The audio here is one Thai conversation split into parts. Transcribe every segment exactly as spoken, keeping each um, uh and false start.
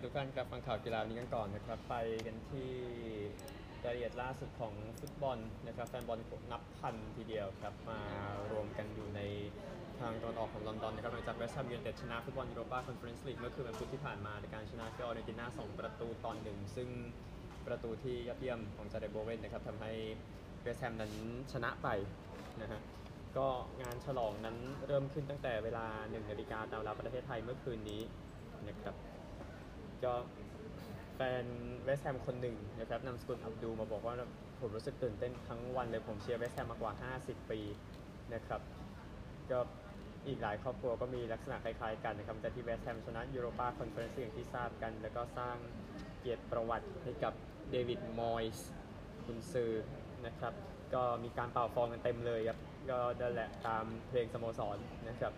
ทุกท่านครับฟังข่าวกีฬานี้กันก่อนนะครับไปกันที่รายละเอียดล่าสุดของฟุตบอลนะครับแฟนบอลนับพันทีเดียวครับมารวมกันอยู่ในทางตะวันออกของลอนดอนนะครับหลังจากเวสต์แฮมยูไนเต็ดชนะฟุตบอลยูโรปาคอนเฟอเรนซ์ลีกเมื่อคืนวันพุธที่ผ่านมาในการชนะฟิออเรนติน่าสองประตูต่อหนึ่งซึ่งประตูที่ยอดเยี่ยมของจาเรโบเวนนะครับทำให้เวสต์แฮมนั้นชนะไปนะฮะก็งานฉลองนั้นเริ่มขึ้นตั้งแต่เวลาหนึ่งนาฬิกาตามเวลาประเทศไทยเมื่อคืนนี้นะครับก็แฟนเวสต์แฮมคนหนึ่งนะครับนำสกุลอับดูมาบอกว่าผมรู้สึกตื่นเต้นทั้งวันเลยผมเชียร์เวสต์แฮมมากว่าห้าสิบปีนะครับก็อีกหลายครอบครัวก็มีลักษณะคล้ายๆกันนะครับแต่ที่เวสต์แฮมชนะยูโรปาคอนเฟอเรนซ์อย่างที่ทราบกันแล้วก็สร้างเกียรติประวัติให้กับเดวิดมอยส์กุนซือนะครับก็มีการเป่าฟองกันเต็มเลยครับก็นั่นแหละตามเพลงสโมสรนะครับ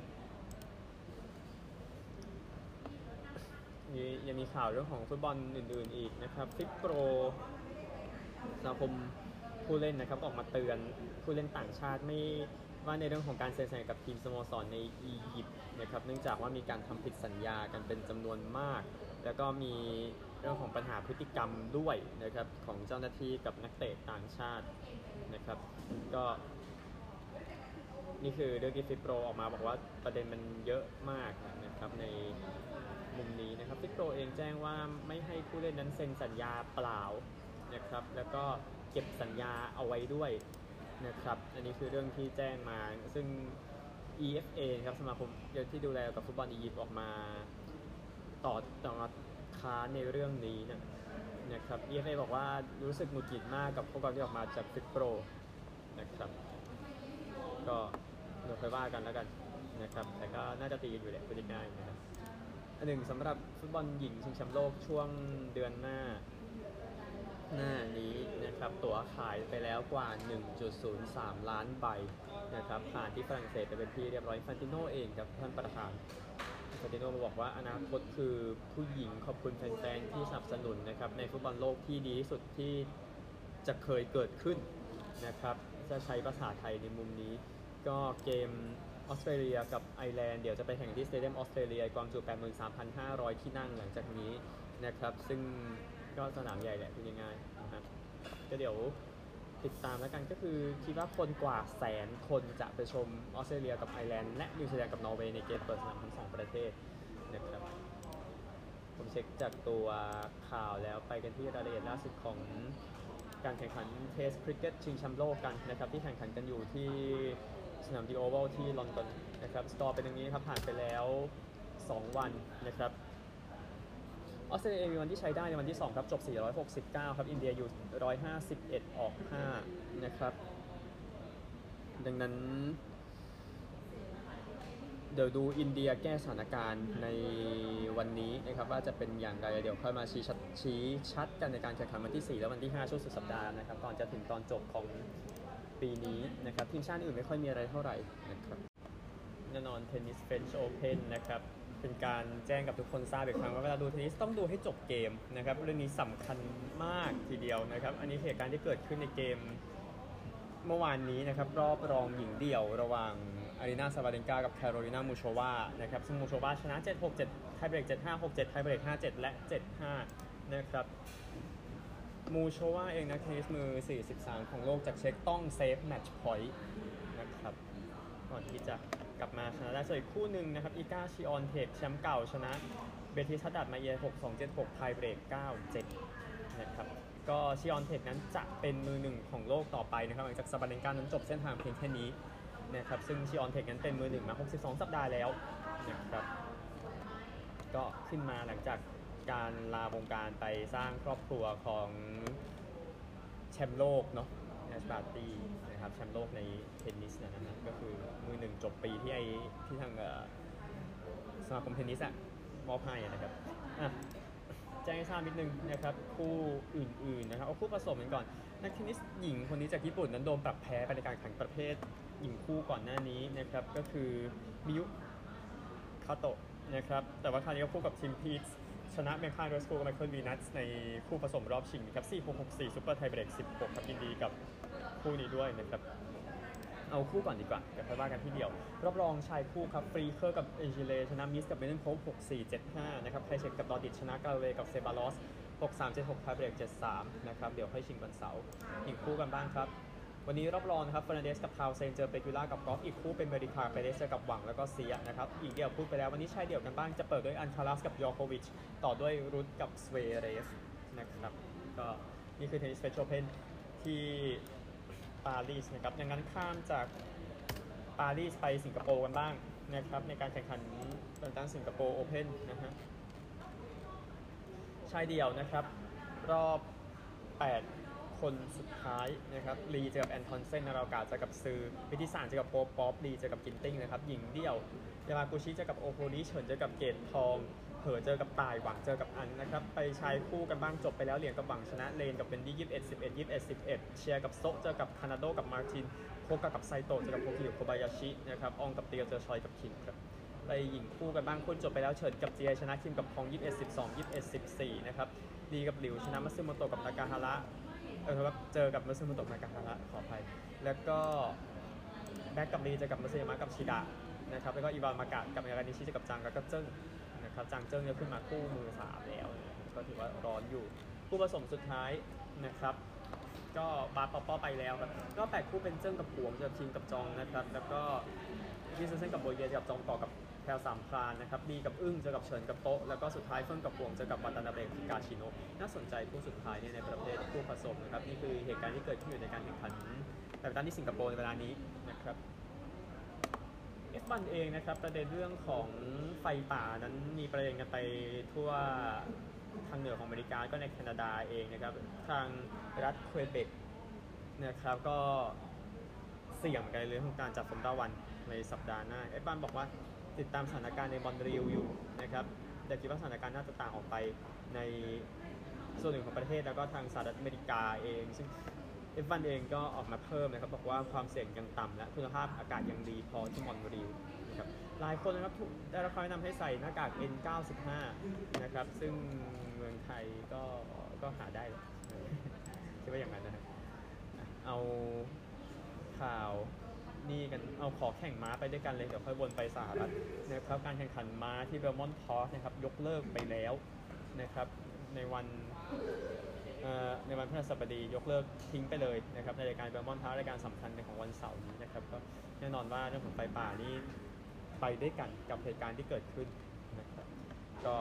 ยังมีข่าวเรื่องของฟุตบอลอื่นๆอีกนะครับฟิปโปรสมาคมผู้เล่นนะครับออกมาเตือนผู้เล่นต่างชาติไม่ว่าในเรื่องของการเซ็นสัญญากับทีมสโมสรในอียิปต์นะครับเนื่องจากว่ามีการทำผิดสัญญากันเป็นจำนวนมากแล้วก็มีเรื่องของปัญหาพฤติกรรมด้วยนะครับของเจ้าหน้าที่กับนักเตะต่างชาตินะครับก็นี่คือเรื่องที่ฟิปโปรออกมาบอกว่าประเด็นมันเยอะมากนะครับในมุมนี้นะครับฟิปโปรเองแจ้งว่าไม่ให้ผู้เล่นนั้นเซ็นสัญญาเปล่านะครับแล้วก็เก็บสัญญาเอาไว้ด้วยนะครับอันนี้คือเรื่องที่แจ้งมาซึ่ง อี เอฟ เอ ครับสมาคมที่ดูแลกับฟุตบอลอียิปต์ออกมาต่อต่อค้านในเรื่องนี้นะนะครับ อี เอฟ เอ บอกว่ารู้สึกหงุดหงิดมากกับข้อความที่ออกมาจากฟิปโปรนะครับก็เดี๋ยวค่อยว่ากันแล้วกันนะครับแต่ก็น่าจะตีกันอยู่แหละพูดง่ายๆนะครับอันหนึ่งสำหรับฟุตบอลหญิงชิงแชมป์โลกช่วงเดือนหน้าหน้านี้นะครับตั๋วขายไปแล้วกว่า หนึ่งจุดศูนย์สาม ล้านใบนะครับผ่านที่ฝรั่งเศสไปเป็นที่เรียบร้อยฟันติโนเองครับท่านประธานฟันติโนบอกว่าอนาคตคือผู้หญิงขอบคุณแฟนๆที่สนับสนุนนะครับในฟุตบอลโลกที่ดีที่สุดที่จะเคยเกิดขึ้นนะครับจะใช้ภาษาไทยในมุมนี้ก็เกมออสเตรเลียกับไอร์แลนด์เดี๋ยวจะไปแข่งที่สเตเดียมออสเตรเลียความจุ แปดหมื่นสามพันห้าร้อย ที่นั่งหลังจากนี้นะครับซึ่งก็สนามใหญ่แหละพูดง่ายๆนะครับก็เดี๋ยวติดตามแล้วกันก็คือคิดว่าคนกว่าแสนคนจะไปชมออสเตรเลียกับไอร์แลนด์และนิวซีแลนด์กับนอร์เวย์ในเกมเปิดสนามทั้งสองประเทศนะครับผมเช็คจากตัวข่าวแล้วไปกันที่รายละเอียดล่าสุดของการแข่งขันเทสคริกเก็ตชิงแชมป์โลกกันนะครับที่แข่งขันกันอยู่ที่สนามดีโอเวลที่ลอนดอนนะครับสกอร์เป็นอย่างนี้ครับผ่านไปแล้วสองวันนะครับออสเตรเลียมีวันที่ใช้ได้ในวันที่สองครับจบสี่ร้อยหกสิบเก้าครับอินเดียอยู่หนึ่งร้อยห้าสิบเอ็ดออกห้านะครับดังนั้นเดี๋ยวดูอินเดียแก้สถานการณ์ในวันนี้นะครับว่าจะเป็นอย่างไรเดี๋ยวค่อยมาชี้ชัดชี้ชัดกันในการแข่งขันวันที่สี่และวันที่ห้าช่วงสุดสัปดาห์นะครับก่อนจะถึงตอนจบของปีนี้นะครับทีมชาติอื่นไม่ค่อยมีอะไรเท่าไหร่นะครับแน่นอนเทนนิสเฟรนช์โอเพนนะครับเป็นการแจ้งกับทุกคนทราบอีกครั้งว่าเวลาดูเทนนิสต้องดูให้จบเกมนะครับเรื่องนี้สำคัญมากทีเดียวนะครับอันนี้เหตุการณ์ที่เกิดขึ้นในเกมเมื่อวานนี้นะครับรอบรองหญิงเดี่ยวระหว่างอารีนาซาบาเลนกากับแคโรลินามูโชวานะครับซึ่งมูโชวาชนะ เจ็ดหก เจ็ด ไทเบรก เจ็ดห้า หก เจ็ด ไทเบรก ห้า เจ็ด และ เจ็ดห้า นะครับมูโชวาเองนักเทนนิสมือสี่สิบสามของโลกจากเช็กต้องเซฟแมตช์พอยต์นะครับก่อนที่จะกลับมาชนะได้ส่วนอีกคู่หนึ่งนะครับอีกาชิออนเทคแชมป์เก่าชนะเบติสทัดดัดมาเอีย หก สอง เจ็ด หก ไทเบรก เก้า เจ็ด นะครับก็ชิออนเทคนั้นจะเป็นมือหนึ่งของโลกต่อไปนะครับหลังจากซาบาเลนกานั้นจบเส้นทางเพียงแค่นี้นะครับซึ่งชิออนเทคนั้นเป็นมือหนึ่งมาหกสิบสองสัปดาห์แล้วนะครับก็ขึ้นมาหลังจากการลาวงการไปสร้างครอบครัวของแชมป์โลกเนาะแอชบาร์ตี้นะครับแชมป์โลกในเทนนิสนะนะก็คือมือหนึ่งจบปีที่ไอที่ทางสมาคมเทนนิสอะมอบให้นะครับอ่ะแจ้งให้ทราบนิดนึงนะครับคู่อื่นๆนะครับเอาคู่ผสมกันก่อนนักเทนนิสหญิงคนนี้จากญี่ปุ่นนั้นโดนปรับแพ้ไปในการแข่งประเภทหญิงคู่ก่อนหน้านี้นะครับก็คือมิยุคาโตะนะครับแต่ว่าคราวนี้ก็คู่กับทีมพีทชนะเมคาโรสโกกับไมเคิลวีนัสในคู่ผสมรอบชิงครับสี่ หก หก สี่ซุปเปอร์ไทเบรกสิบหกครับยินดีกับคู่นี้ด้วยนะครับเอาเอาคู่ก่อนดีกว่าเดี๋ยวค่อยว่ากันที่เดียวรอบรองชายคู่ครับฟรีเคอร์กับเอจิเลชนะมิสกับเบนเทนโคฟหกสี่ เจ็ดห้านะครับไคเชกกับดอดิชชนะกาเวกับเซบาลอสหกสาม เจ็ดหกไทเบรกเจ็ดสามนะครับเดี๋ยวค่อยชิงวันเสาร์อีกคู่กันบ้างครับวันนี้รอบรองนะครับเฟอร์นันเดสกับทาวเซนเจอเปกูล่ากับกอล์ฟอีกคู่เป็นเมริคาเปเรสเจอกับหวังแล้วก็เซียนะครับอีกเดียวพูดไปแล้ววันนี้ชายเดี่ยวกันบ้างจะเปิดด้วยอันคาราสกับยอโควิชต่อด้วยรุดกับสเวเรฟนะครับก็นี่คือเทนนิสเฟเชียลเพนที่ปารีสนะครับอย่างนั้นข้ามจากปารีสไปสิงคโปร์กันบ้างนะครับในการแข่งขันต่างๆสิงคโปร์โอเพ่นนะฮะชายเดี่ยวนะครับรอบแปดคนสุดท้ายนะครับลีเจอกับแอนทอนเซนนาราโอกาเจอกับซือวิทิสารเจอกับโป๊ปป๊อปลีเจอกับกินติ้งนะครับหญิงเดี่ยวยามากุชิเจอกับโอโคริเฉินเจอกับเกตทองเผอเจอกับตายหวังเจอกับอันนะครับไปชายคู่กันบ้างจบไปแล้วเหรียญกับหวังชนะเลนกับเบนดี้ยี่สิบเอ็ด สิบเอ็ด ยี่สิบเอ็ด สิบเอ็ดเชียร์กับโซเจอกับคานาโดกับมาร์ตินโคกะกับไซโตะเจอกับโคคิโคบายาชินะครับอองกับเตียวเจอชอยกับคิมครับไปหญิงคู่กันบ้างคุณจบไปแล้วเฉินกับเจียชนะคิมกับพองยี่สิบเอ็ด สิบสอง ยี่สิบเอ็ด สิบสี่นะครับดีกับหลิวชนะมัตสึโมโตะกับนากาฮาระเออครับเจอกับมัตสึโมโตะนากาฮาระขออภัยแล้วก็แบ็กกับลีเจอกับมัตสึยามะกับชิดะนะครับแล้วก็อีวานมากะกับยารานิชิเจอกับจังแล้วก็เจิ้งนะครับจังเจิ้งเนี่ยขึ้นมาคู่มือสามแล้วก็ถือว่าร้อนอยู่คู่ผสมสุดท้ายนะครับก็บาร์ปอปอไปแล้วครับก็แปดคู่เป็นเจิ้งกับหวงเจอคิงกับจองนะครับแล้วก็วิสเซนกับโบเยกับจองต่อกับแพลสามพรานนะครับดีกับอึ้งเจอกับเฉินกับโต๊ะแล้วก็สุดท้ายเฟิ่งกับหวงเจอกับวัตนาเบะกาชิโนะน่าสนใจคู่สุดท้ายเนี่ยในประเภทคู่ผสมนะครับนี่คือเหตุการณ์ที่เกิดขึ้นอยู่ในการแข่งขันแบดมินตันที่สิงคโปร์ในเวลานี้นะครับ เอฟ วัน เองนะครับประเด็นเรื่องของไฟป่านั้นมีประเด็นกันไปทั่วทางเหนือของอเมริกาก็ในแคนาดาเองนะครับทางรัฐเควเบกนะครับก็เสี่ยงกันเรื่องของการจัดฟอร์มูล่าวันในสัปดาห์หน้าเอฟ วัน บอกว่าติดตามสถานการณ์ในมอนทรีออลอยู่นะครับแต่คิดว่าสถานการณ์น่าจะต่างออกไปในส่วนหนึ่งของประเทศแล้วก็ทางสหรัฐอเมริกาเองซึ่งเอฟ วัน เองก็ออกมาเพิ่มนะครับบอกว่าความเสี่ยงยังต่ำและคุณภาพอากาศยังดีพอที่มอนทรีออลนะครับหลายคนนะครับได้รับคำแนะนำให้ใส่หน้ากาก เอ็น เก้าสิบห้า นะครับซึ่งเมืองไทยก็ก็หาได้คิดว่าอย่างนั้นนะครับเอาข่าวนี่กันเอาขอแข่งม้าไปด้วยกันเลยเดี๋ยวค่อยวนไปสหรัฐนะครับการแข่งขันม้าที่เบลมอนต์พอสนะครับยกเลิกไปแล้วนะครับในวันในวันพฤหัสบดียกเลิกทิ้งไปเลยนะครับในรายการเบลมอนต์พาร์รายการสำคัญในของวันเสาร์นี้นะครับก็แน่นอนว่าเรื่องของไฟป่านี่ไปด้วยกันกับเหตุการณ์ที่เกิดขึ้นนะครับก็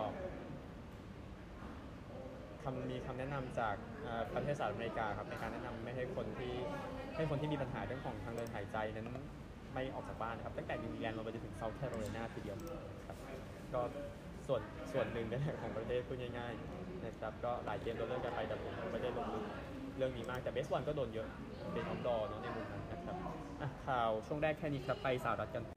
คำมีคำแนะนำจากประเทศสหรัฐอเมริกาครับในการแนะนำไม่ให้คนที่ให้คนที่มีปัญหาเรื่องของทางเดินหายใจนั้นไม่ออกจากบ้านนะครับตั้งแต่นิวซีแลนด์ลงไปจนถึงเซาท์แคโรไลนาทีเดียวครับก็ส่วนส่วนหนึ่งของประเทศพูดง่ายๆนะครับก็หลายเกมโดนเลิกกันไปแต่ผมไม่ได้ลงลึกเรื่องนี้มากแต่เบสบอลก็โดนเยอะเป็นออฟดอร์เนาะในมุมนั้นนะครับข่าวช่วงแรกแค่นี้ครับไปสหรัฐกัน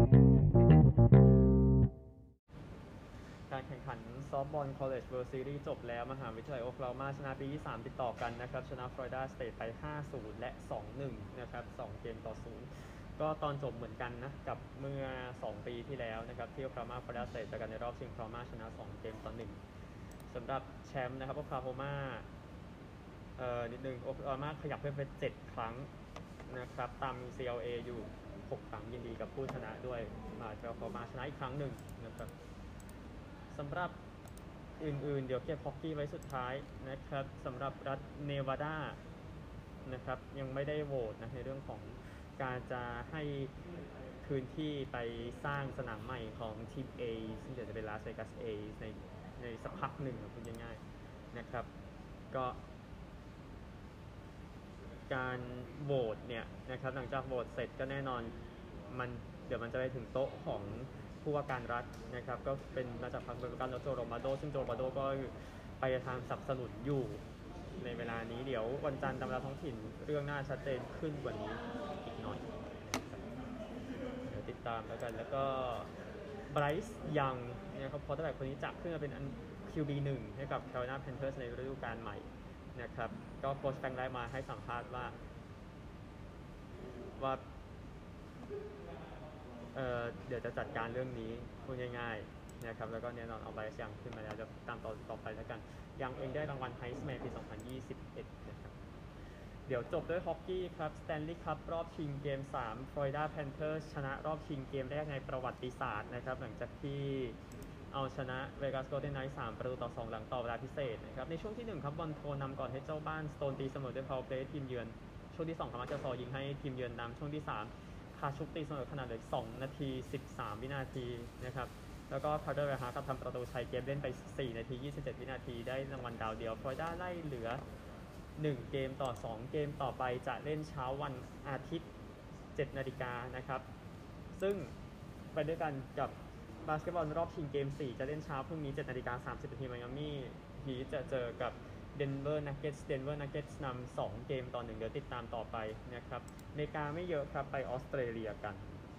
การแข่งขันซอฟต์บอลคอลเลจเวิลด์ซีรีส์จบแล้วมหาวิทยาลัยโอคลาโฮมาชนะปีที่สามติดต่อกันนะครับชนะฟลอริดาสเตทไป ห้าศูนย์ และ สองหนึ่ง นะครับสองเกมต่อศูนย์ก็ตอนจบเหมือนกันนะกับเมื่อสองปีที่แล้วนะครับที่โอคลาโฮมาฟลอริดาสเตทเจอกันในรอบชิงโอคลาโฮมาชนะสองเกมต่อหนึ่งสำหรับแชมป์นะครับโอคลาโฮมาเอ่อนิดนึงโอคลาโฮมาขยับเพิ่มเป็นเจ็ดครั้งนะครับตามมี ซี แอล เอ อยู่หกครั้งยินดีกับผู้ชนะด้วยมาโอคลาโฮมาชนะอีกครั้งหนึ่งนะครับสำหรับอื่นๆเดี๋ยวเก็บฮอกกี้ไว้สุดท้ายนะครับสำหรับรัฐเนวาดานะครับยังไม่ได้โหวตนะในเรื่องของการจะให้พื้นที่ไปสร้างสนามใหม่ของทีม A ซึ่งเดี๋ยวจะเป็นลาสเวกัส A ในในสักพักหนึ่งพูดง่ายๆนะครับก็การโหวตเนี่ยนะครับหลังจากโหวตเสร็จก็แน่นอนมันเดี๋ยวมันจะไปถึงโต๊ะของผู้ว่าการรัฐนะครับก็เป็นมาจากพรรคเรปับลิกันโจโรมาโดซึ่งโจโรมาโดก็ไปทางสนับสนุนอยู่ในเวลานี้เดี๋ยววันจันทร์ตามเวลาท้องถิ่นเรื่องน่าชัดเจนขึ้นกว่านี้อีกหน่อยเดี๋ยวติดตามแล้วกันแล้วก็ไบรซ์ยังนะครับพอตั้งแต่คนนี้จับขึ้นมาเป็น คิว บี หนึ่ง ให้กับ Carolina Panthers ในฤดูกาลใหม่นะครับก็โค้ชแฟรงค์ไลท์มาให้สัมภาษณ์ว่าว่าเอ่อเดี๋ยวจะจัดการเรื่องนี้พูดง่ายๆนะครับแล้วก็แน่นอนเอาไบรซ์ยังขึ้นมาแล้วจะตามต่อต่อไปแล้วกันยังเองได้รางวัลไฮส์แมนปีสองพันยี่สิบเอ็ดนะครับเดี๋ยวจบด้วยฮอกกี้ครับสแตนลีย์คัพรอบชิงเกมสามฟลอริดาแพนเทอร์ชนะรอบชิงเกมแรกในประวัติศาสตร์นะครับหลังจากที่เอาชนะเวกัสโกลเด้นไนท์สามประตูต่อสองหลังต่อเวลาพิเศษนะครับในช่วงที่หนึ่งครับบอลโทนำก่อนให้เจ้าบ้านสโตนตีเสมอด้วยพาวเวอร์เพลย์ทีมเยือนช่วงที่สองคามาเจอซอยิงให้ทีมเยือนนำช่วงที่สามคาชุกตีเสมอขนาดเหลือสองนาทีสิบสามวินาทีนะครับแล้วก็คาร์เตอร์เวฮาร์กับทำประตูชัยเกมเล่นไปสี่นาทียี่สิบเจ็ดวินาทีได้รางวัลดาวเดียวฟลอริดาไล่เหลือหนึ่งเกมต่อสองเกมต่อไปจะเล่นเช้าวันอาทิตย์เจ็ดนาฬิกานะครับซึ่งไปด้วยกันกับบาสเกตบอลรอบชิงเกมสี่จะเล่นเช้าพรุ่งนี้เจ็ดนาฬิกาสามสิบนาทีไมอามี่ฮีทจะเจอกับเดนเวอร์นักเก็ตส์เดนเวอร์นักเก็ตส์นำสองเกมต่อหนึ่งเดี๋ยวติดตามต่อไปนะครับอเมริกาไม่เยอะครับไปออสเตรเลียกัน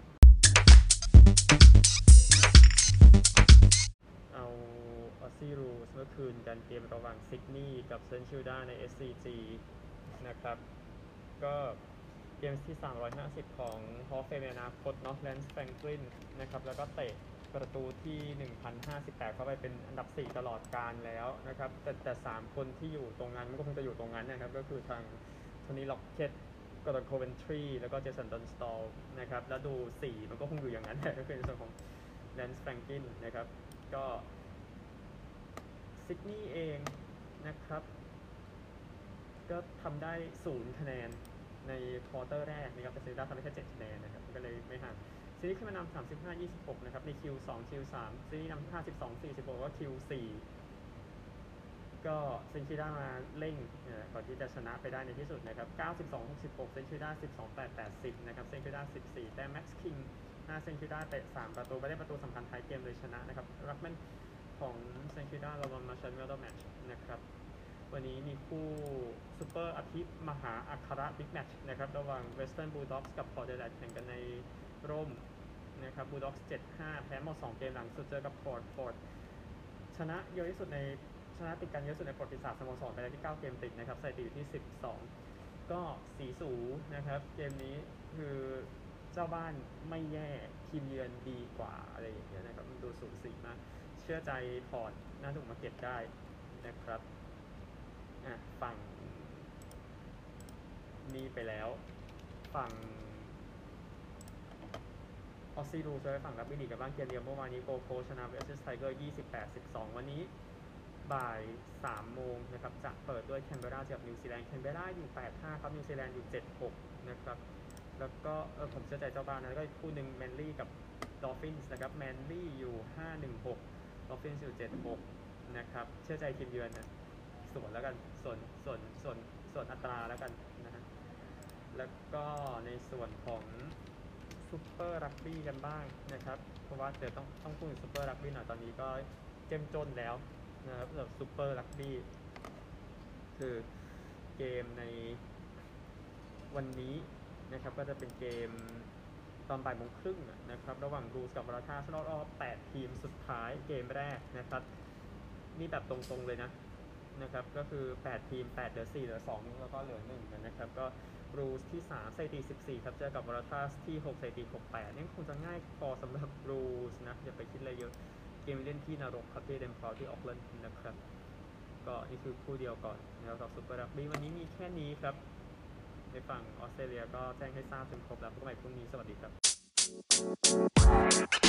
เอาออสซี่รูสเมื่อคืนกันเกมระหว่างซิดนีย์กับเซนต์คิลดาใน เอส ซี จี นะครับก็เกมที่สามร้อยห้าสิบของฮอลล์เฟมในอนาคตเนาะแลนซ์แฟรงคลินนะครับแล้วก็เตะประตูที่ หนึ่งพันห้าสิบแปด เข้าไปเป็นอันดับสี่ตลอดกาลแล้วนะครับแต่แต่สามคนที่อยู่ตรงนั้นมันก็คงจะอยู่ตรงนั้นนะครับก็คือทางโทนี่ล็อกเก็ตกอร์ดอนโคเวนทรีแล้วก็เจสันดันสตอลนะครับแล้วดูสี่มันก็คงอยู่อย่างนั้นแหละก็คือในส่วนของแลนซ์แฟรงคลินนะครับก็ซิดนีย์เองนะครับก็ทำได้ศูนย์คะแนนในควอเตอร์แรกนะครับแต่ซิดนีย์ทำได้แค่เจ็ดคะแนนนะครับก็เลยไม่ห่างซิดนีย์ขึ้นมานำสามสิบห้า ยี่สิบหกนะครับใน คิว สอง คิว สามซิดนีย์นำห้าสิบสอง สี่สิบหกว่า คิว สี่ก็เซนต์คิลดามาเร่งก่อนที่จะชนะไปได้ในที่สุดนะครับเก้าสิบสอง หกสิบหกเซนต์คิลดาสิบสอง แปด แปดสิบนะครับเซนต์คิลดาสิบสี่แต่แม็กซ์คิงห้าเซนต์คิลดาเตะสามประตูไปได้ประตูสำคัญท้ายเกมเลยชนะนะครับรักแมนของเซนต์คิลดาเรามาชนะเมลโดแมตช์นะครับวันนี้มีคู่ซูเปอร์อาทิตย์มหาอัคระบิ๊กแมตช์นะครับระหว่างเวสเทิร์นบูลด็อกส์กับพอร์ตแลนด์แข่งกันในร่มนะครับบูลด็อกส์ เจ็ดห้า แพ้หมดสองเกมหลังสุดเจอกับพอร์ตพอร์ตชนะเยอะที่สุดในชนะติดกันเยอะสุดในประวัติศาสตร์สโมสรไปแล้วที่เก้าเกมติดนะครับสถิติอยู่ที่สิบสองก็สีสูนะครับเกมนี้คือเจ้าบ้านไม่แย่ทีมเยือนดีกว่าอะไรอย่างเงี้ยนะครับมันดูสูสีมากเชื่อใจพอร์ตน่าถูกมาเก็บได้นะครับอ่ะฝั่งนี้ไปแล้วฝั่งออสซี่รูจะไปฝั่งรับบิลีกับบ้านเกมเดียวเมื่อวานนี้โกโคชนะเวสต์ไทเกอร์ยี่สิบแปด สิบสองวันนี้บ่ายสามโมงนะครับจะเปิดด้วยแคนเบราเจอกับนิวซีแลนด์แคนเบราอยู่ แปดห้า ครับนิวซีแลนด์อยู่ เจ็ดหก นะครับแล้วก็เออผมเชื่อใจเจ้าบ้านนะแล้วก็อีกคู่หนึ่งแมนลี่กับดอลฟินส์นะครับแมนลี่อยู่ ห้าหนึ่งหก ดอลฟินส์อยู่ เจ็ดหก นะครับเชื่อใจทีมเยือนนะส่วนแล้วกันส่วนส่วนส่วนส่วนอัตราแล้วกันนะฮะแล้วก็ในส่วนของซูเปอร์รักบี้กันบ้างนะครับเพราะว่าเดี๋ยวต้องต้องพูดถึงซูเปอร์รักบี้หน่อยตอนนี้ก็เจ้มจนแล้วนะครับสำหรับซูเปอร์รักบี้คือเกมในวันนี้นะครับก็จะเป็นเกมตอนบ่ายโมงครึ่งนะครับระหว่างรูสกับวาราธาสรอบรอบแปดทีมสุดท้ายเกมแรกนะครับนี่แบบตรงๆเลยนะนะครับก็คือแปดทีมแปดเหลือสี่เหลือสองแล้วก็เหลือหนึ่งนะครับก็รูสที่สามสถิติสิบสี่ครับเจอกับวาราธาที่หกสถิติหก แปดนี่คงจะง่ายพอสำหรับรูสนะอย่าไปคิดอะไรเยอะเกมเล่นที่นรกครับที่เดนพอร์ที่ออกแลนด์นะครับก็นี่คือคู่เดียวก่อนนะครับกับซูเปอร์รักบี้วันนี้มีแค่นี้ครับในฝั่งออสเตรเลียก็แจ้งให้ทราบจนครบแล้วพบกันใหม่พรุ่งนี้สวัสดีครับ